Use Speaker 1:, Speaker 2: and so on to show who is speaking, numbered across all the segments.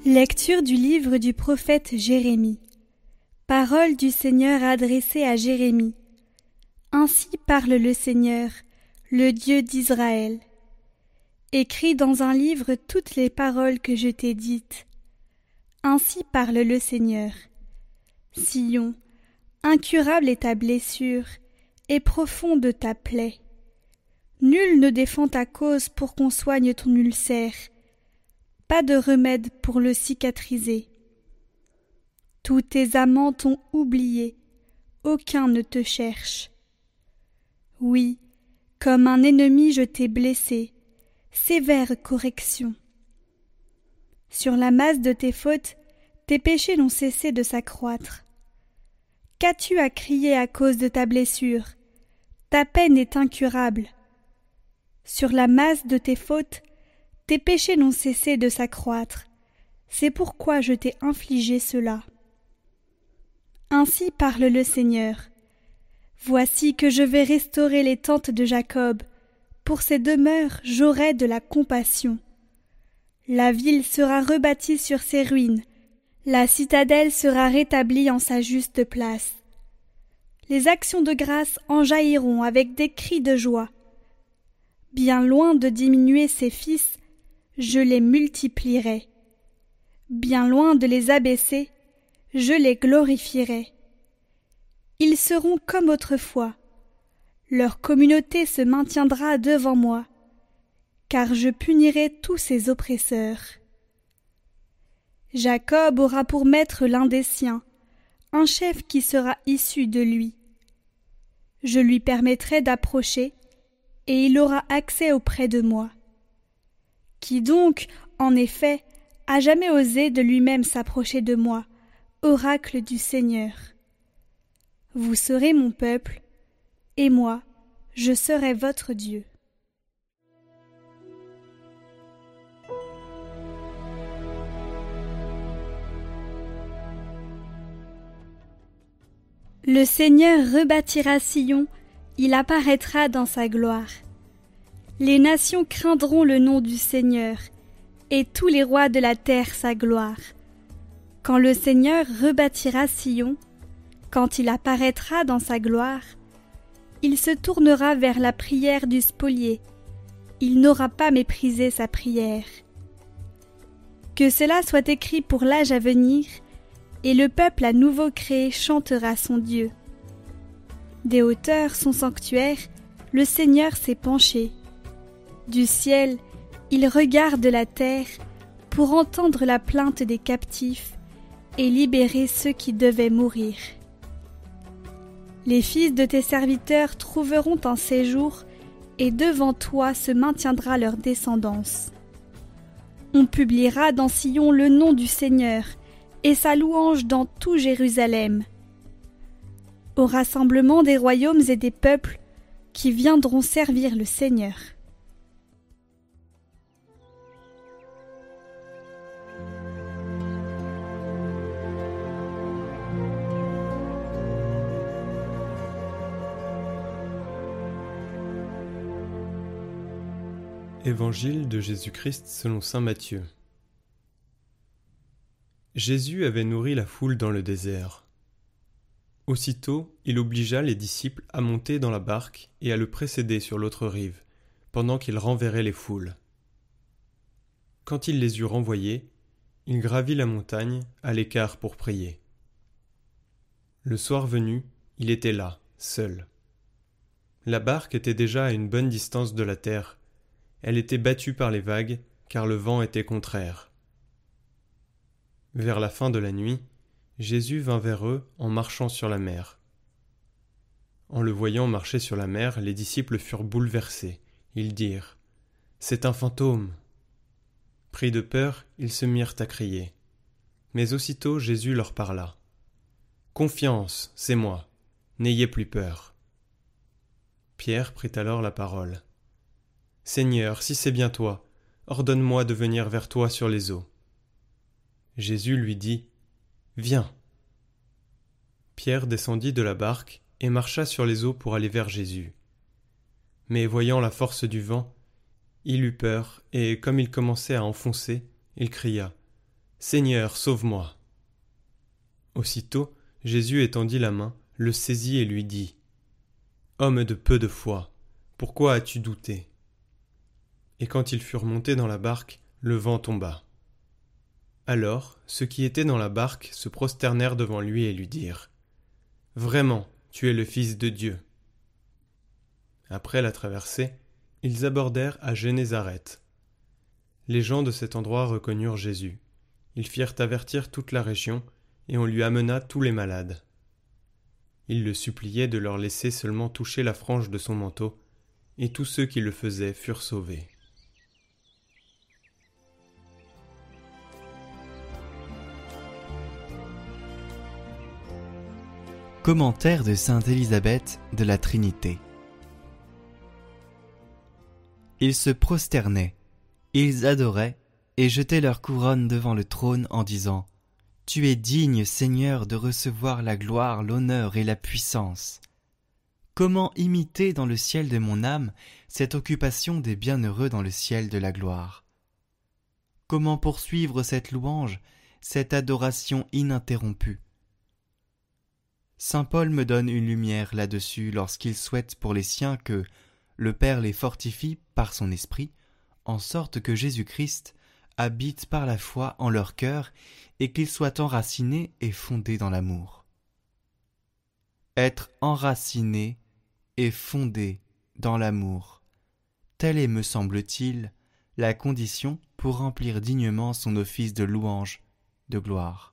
Speaker 1: Lecture du livre du prophète Jérémie. Parole du Seigneur adressée à Jérémie. Ainsi parle le Seigneur, le Dieu d'Israël. Écris dans un livre toutes les paroles que je t'ai dites. Ainsi parle le Seigneur. Sion, incurable est ta blessure, et profonde ta plaie. Nul ne défend ta cause pour qu'on soigne ton ulcère. Pas de remède pour le cicatriser. Tous tes amants t'ont oublié, aucun ne te cherche. Oui, comme un ennemi je t'ai blessé, sévère correction. Sur la masse de tes fautes, tes péchés n'ont cessé de s'accroître. Qu'as-tu à crier à cause de ta blessure? Ta peine est incurable. Sur la masse de tes fautes, tes péchés n'ont cessé de s'accroître. C'est pourquoi je t'ai infligé cela. Ainsi parle le Seigneur. Voici que je vais restaurer les tentes de Jacob. Pour ses demeures, j'aurai de la compassion. La ville sera rebâtie sur ses ruines. La citadelle sera rétablie en sa juste place. Les actions de grâce en jailliront avec des cris de joie. Bien loin de diminuer ses fils, je les multiplierai. Bien loin de les abaisser, je les glorifierai. Ils seront comme autrefois. Leur communauté se maintiendra devant moi, car je punirai tous ses oppresseurs. Jacob aura pour maître l'un des siens, un chef qui sera issu de lui. Je lui permettrai d'approcher, et il aura accès auprès de moi. Qui donc, en effet, a jamais osé de lui-même s'approcher de moi, oracle du Seigneur? Vous serez mon peuple, et moi, je serai votre Dieu. Le Seigneur rebâtira Sion, il apparaîtra dans sa gloire. Les nations craindront le nom du Seigneur, et tous les rois de la terre sa gloire. Quand le Seigneur rebâtira Sion, quand il apparaîtra dans sa gloire, il se tournera vers la prière du spolié, il n'aura pas méprisé sa prière. Que cela soit écrit pour l'âge à venir, et le peuple à nouveau créé chantera son Dieu. Des hauteurs son sanctuaire, le Seigneur s'est penché. Du ciel, il regarde la terre pour entendre la plainte des captifs et libérer ceux qui devaient mourir. Les fils de tes serviteurs trouveront un séjour et devant toi se maintiendra leur descendance. On publiera dans Sion le nom du Seigneur et sa louange dans tout Jérusalem. Au rassemblement des royaumes et des peuples qui viendront servir le Seigneur.
Speaker 2: Évangile de Jésus-Christ selon saint Matthieu. Jésus avait nourri la foule dans le désert. Aussitôt, il obligea les disciples à monter dans la barque et à le précéder sur l'autre rive, pendant qu'il renverrait les foules. Quand il les eut renvoyés, il gravit la montagne à l'écart pour prier. Le soir venu, il était là, seul. La barque était déjà à une bonne distance de la terre. Elle était battue par les vagues, car le vent était contraire. Vers la fin de la nuit, Jésus vint vers eux en marchant sur la mer. En le voyant marcher sur la mer, les disciples furent bouleversés. Ils dirent : « C'est un fantôme !» Pris de peur, ils se mirent à crier. Mais aussitôt Jésus leur parla. « Confiance, c'est moi, n'ayez plus peur. » Pierre prit alors la parole. « Seigneur, si c'est bien toi, ordonne-moi de venir vers toi sur les eaux. » Jésus lui dit : « Viens. » Pierre descendit de la barque et marcha sur les eaux pour aller vers Jésus. Mais voyant la force du vent, il eut peur et, comme il commençait à enfoncer, il cria : Seigneur, sauve-moi. Aussitôt, Jésus étendit la main, le saisit et lui dit : Homme de peu de foi, pourquoi as-tu douté ? Et quand ils furent montés dans la barque, le vent tomba. Alors, ceux qui étaient dans la barque se prosternèrent devant lui et lui dirent : Vraiment, tu es le Fils de Dieu. Après la traversée, ils abordèrent à Génézareth. Les gens de cet endroit reconnurent Jésus. Ils firent avertir toute la région, et on lui amena tous les malades. Ils le suppliaient de leur laisser seulement toucher la frange de son manteau, et tous ceux qui le faisaient furent sauvés.
Speaker 3: Commentaire de sainte Élisabeth de la Trinité. Ils se prosternaient, ils adoraient et jetaient leur couronne devant le trône en disant : Tu es digne, Seigneur, de recevoir la gloire, l'honneur et la puissance. Comment imiter dans le ciel de mon âme cette occupation des bienheureux dans le ciel de la gloire ? Comment poursuivre cette louange, cette adoration ininterrompue ? Saint Paul me donne une lumière là-dessus lorsqu'il souhaite pour les siens que le Père les fortifie par son esprit, en sorte que Jésus-Christ habite par la foi en leur cœur et qu'ils soient enracinés et fondés dans l'amour. Être enraciné et fondé dans l'amour, telle est, me semble-t-il, la condition pour remplir dignement son office de louange, de gloire.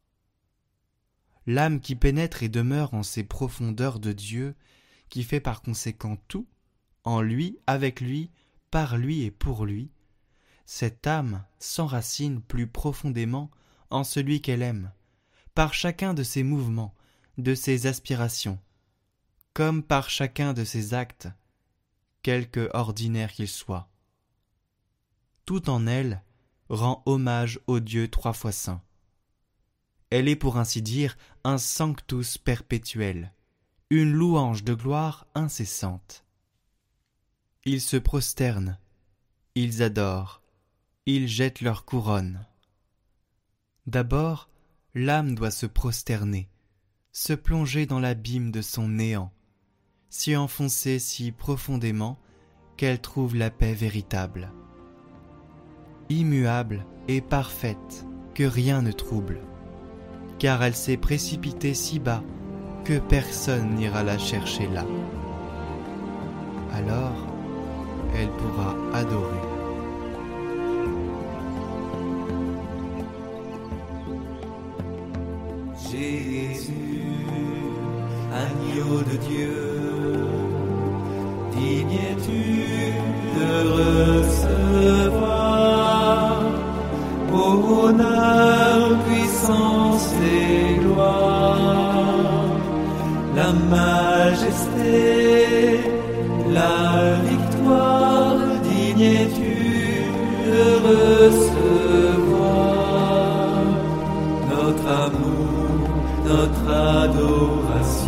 Speaker 3: L'âme qui pénètre et demeure en ces profondeurs de Dieu, qui fait par conséquent tout, en lui, avec lui, par lui et pour lui, cette âme s'enracine plus profondément en celui qu'elle aime, par chacun de ses mouvements, de ses aspirations, comme par chacun de ses actes, quelque ordinaire qu'ils soient. Tout en elle rend hommage au Dieu trois fois saint. Elle est pour ainsi dire un sanctus perpétuel, une louange de gloire incessante. Ils se prosternent, ils adorent, ils jettent leur couronne. D'abord, l'âme doit se prosterner, se plonger dans l'abîme de son néant, s'y enfoncer si profondément qu'elle trouve la paix véritable. Immuable et parfaite, que rien ne trouble, car elle s'est précipitée si bas que personne n'ira la chercher là. Alors, elle pourra adorer.
Speaker 4: Jésus, agneau de Dieu, digne es-tu de recevoir honneur, puissance et gloire, la majesté, la victoire, digne es-tu de recevoir notre amour, notre adoration.